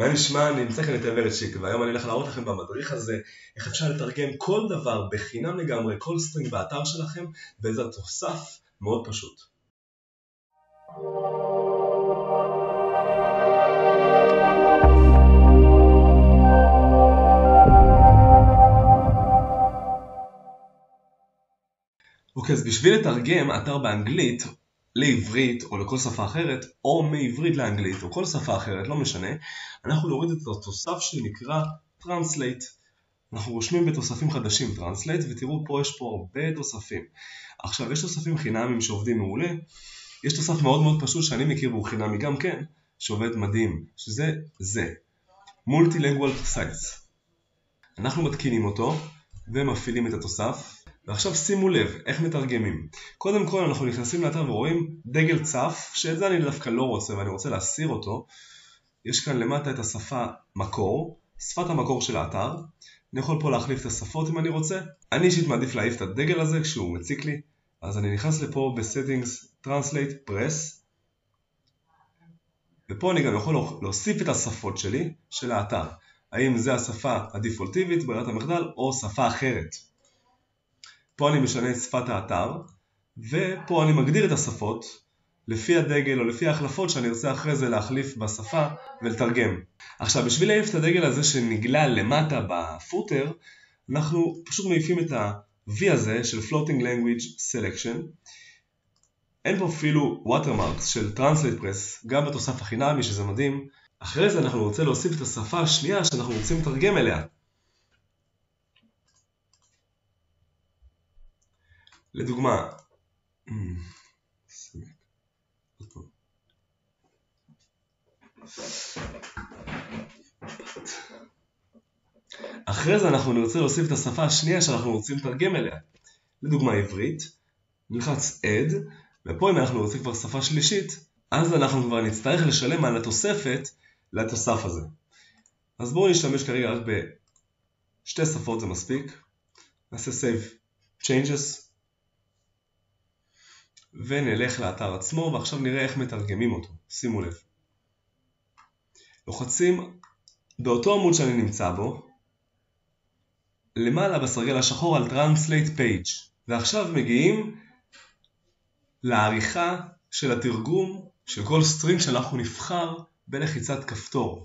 מה נשמע? אני נמצא כאן את ורד-שיק, והיום אני הולך להראות לכם במדריך הזה איך אפשר לתרגם כל דבר בחינם לגמרי, כל סטרינג באתר שלכם, בעזרת תוסף מאוד פשוט. אוקיי, אז בשביל לתרגם אתר באנגלית לעברית או לכל שפה אחרת, או מעברית לאנגלית או כל שפה אחרת, לא משנה, אנחנו נוריד את התוסף שנקרא Translate. אנחנו רושמים בתוספים חדשים Translate, ותראו פה יש פה הרבה תוספים. עכשיו, יש תוספים חינמיים שעובדים מעולה, יש תוסף מאוד מאוד פשוט שאני מכיר והוא חינמי גם כן, שעובד מדהים, שזה זה, Multilingual Sites. אנחנו מתקינים אותו ומפעילים את התוסף. ועכשיו שימו לב, איך מתרגמים. קודם כל אנחנו נכנסים לאתר ורואים דגל צף, שאת זה אני דווקא לא רוצה ואני רוצה להסיר אותו. יש כאן למטה את השפה מקור, שפת המקור של האתר. אני יכול פה להחליף את השפות אם אני רוצה. אני אישית מעדיף להעיף את הדגל הזה כשהוא מציק לי. אז אני נכנס לפה ב-Settings, Translate, Press. ופה אני גם יכול להוסיף את השפות שלי של האתר. האם זה השפה הדיפולטיבית, ברירת המחדל, או שפה אחרת. פה אני משנה את שפת האתר, ופה אני מגדיר את השפות לפי הדגל או לפי ההחלפות שאני רוצה אחרי זה להחליף בשפה ולתרגם. עכשיו, בשביל להעיף את הדגל הזה שנגלה למטה בפוטר, אנחנו פשוט מעיפים את ה-V הזה של Floating Language Selection. אין פה אפילו watermarks של Translate Press, גם בתוסף החינמי שזה מדהים. אחרי זה אנחנו רוצים להוסיף את השפה השנייה שאנחנו רוצים לתרגם אליה. לדוגמה, אחרי זה אנחנו נרצה להוסיף את השפה השנייה שאנחנו רוצים לתרגם אליה. לדוגמה עברית, נלחץ Add, ופה אם אנחנו רוצים כבר שפה שלישית, אז אנחנו כבר נצטרך לשלם על התוספת לתוסף הזה. אז בואו נשתמש כרגע רק בשתי שפות, זה מספיק. נעשה Save Changes. ונלך לאתר עצמו, ועכשיו נראה איך מתרגמים אותו. שימו לב. לוחצים באותו עמוד שאני נמצא בו, למעלה בסרגל השחור על Translate Page. ועכשיו מגיעים לעריכה של התרגום של כל סטרינג שאנחנו נבחר בלחיצת כפתור.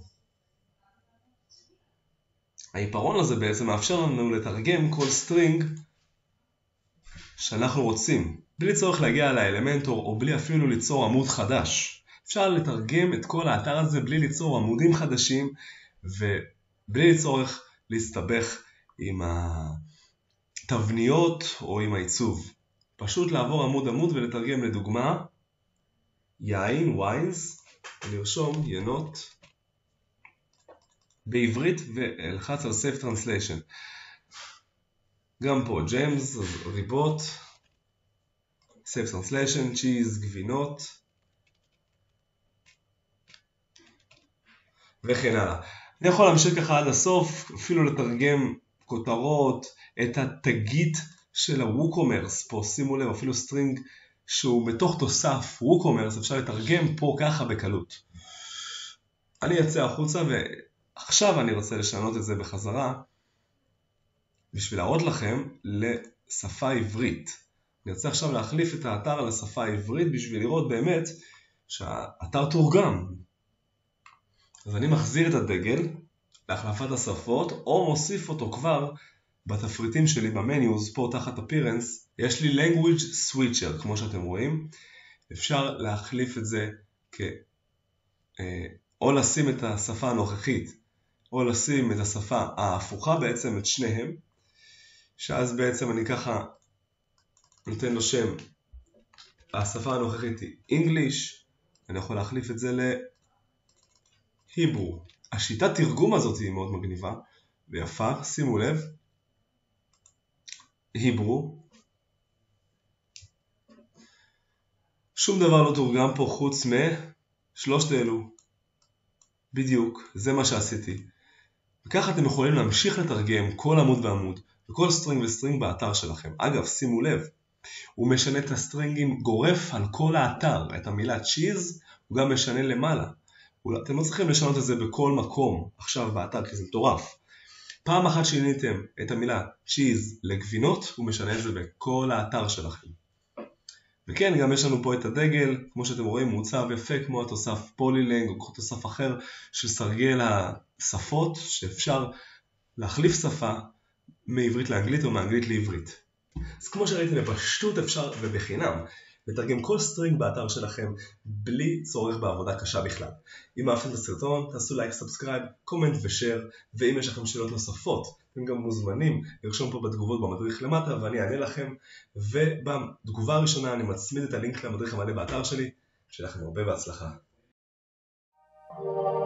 העיפרון הזה בעצם מאפשר לנו לתרגם כל סטרינג שאנחנו רוצים. בלי צורך להגיע לאלמנטור או בלי אפילו ליצור עמוד חדש. אפשר לתרגם את כל האתר הזה בלי ליצור עמודים חדשים ובלי צורך להסתבך עם התבניות או עם העיצוב. פשוט לעבור עמוד ולתרגם לדוגמה יין, וויינס, ולרשום ינות בעברית ולחץ על Save Translation. גם פה ג'יימס, ריבות, Save Translation, צ'יז, גבינות וכן הלאה. אני יכול להמשיך ככה עד הסוף, אפילו לתרגם כותרות, את התגית של ה-WooCommerce, פה שימו לב, אפילו סטרינג שהוא בתוך תוסף WooCommerce, אפשר לתרגם פה ככה בקלות. אני יצא החוצה ועכשיו אני רוצה לשנות את זה בחזרה, בשביל להראות לכם לשפה עברית. אני רוצה עכשיו להחליף את האתר לשפה העברית בשביל לראות באמת שהאתר תורגם. אז אני מחזיר את הדגל להחלפת השפות או מוסיף אותו כבר בתפריטים שלי במניוז, פה תחת Appearance, יש לי Language Switcher כמו שאתם רואים. אפשר להחליף את זה או לשים את השפה הנוכחית או לשים את השפה ההפוכה, בעצם את שניהם, שאז בעצם אני ככה נותן לו שם, השפה הנוכחית היא English, אני יכול להחליף את זה להיברו. השיטת תרגום הזאת היא מאוד מגניבה ויפה, שימו לב, היברו. שום דבר לא תורגם פה חוץ משלושת אלו. בדיוק, זה מה שעשיתי. וככה אתם יכולים להמשיך לתרגם כל עמוד ועמוד, וכל סטרינג וסטרינג באתר שלכם. אגב, שימו לב, הוא משנה את הסטרינגים גורף על כל האתר. את המילה cheese הוא גם משנה למעלה. אתם לא צריכים לשנות את זה בכל מקום עכשיו באתר, כי זה מטורף. פעם אחת שיניתם את המילה צ'יז לגבינות, הוא משנה את זה בכל האתר שלכם. וכן, גם יש לנו פה את הדגל, כמו שאתם רואים, מעוצב יפה כמו התוסף פולילנג או תוסף אחר של סרגל השפות, שאפשר להחליף שפה מעברית לאנגלית או מאנגלית לעברית. אז כמו שראיתם, בפשטות אפשר ובחינם לתרגם כל סטרינג באתר שלכם בלי צורך בעבודה קשה בכלל. אם אהבתם את הסרטון, תעשו לייק, סאבסקרייב, קומנט ושאר, ואם יש לכם שאלות נוספות, אתם גם מוזמנים לרשום פה בתגובות במדריך למטה ואני אענה לכם, ובתגובה הראשונה אני מצמיד את הלינק למדריך המלא באתר שלי. שיהיה לכם הרבה בהצלחה.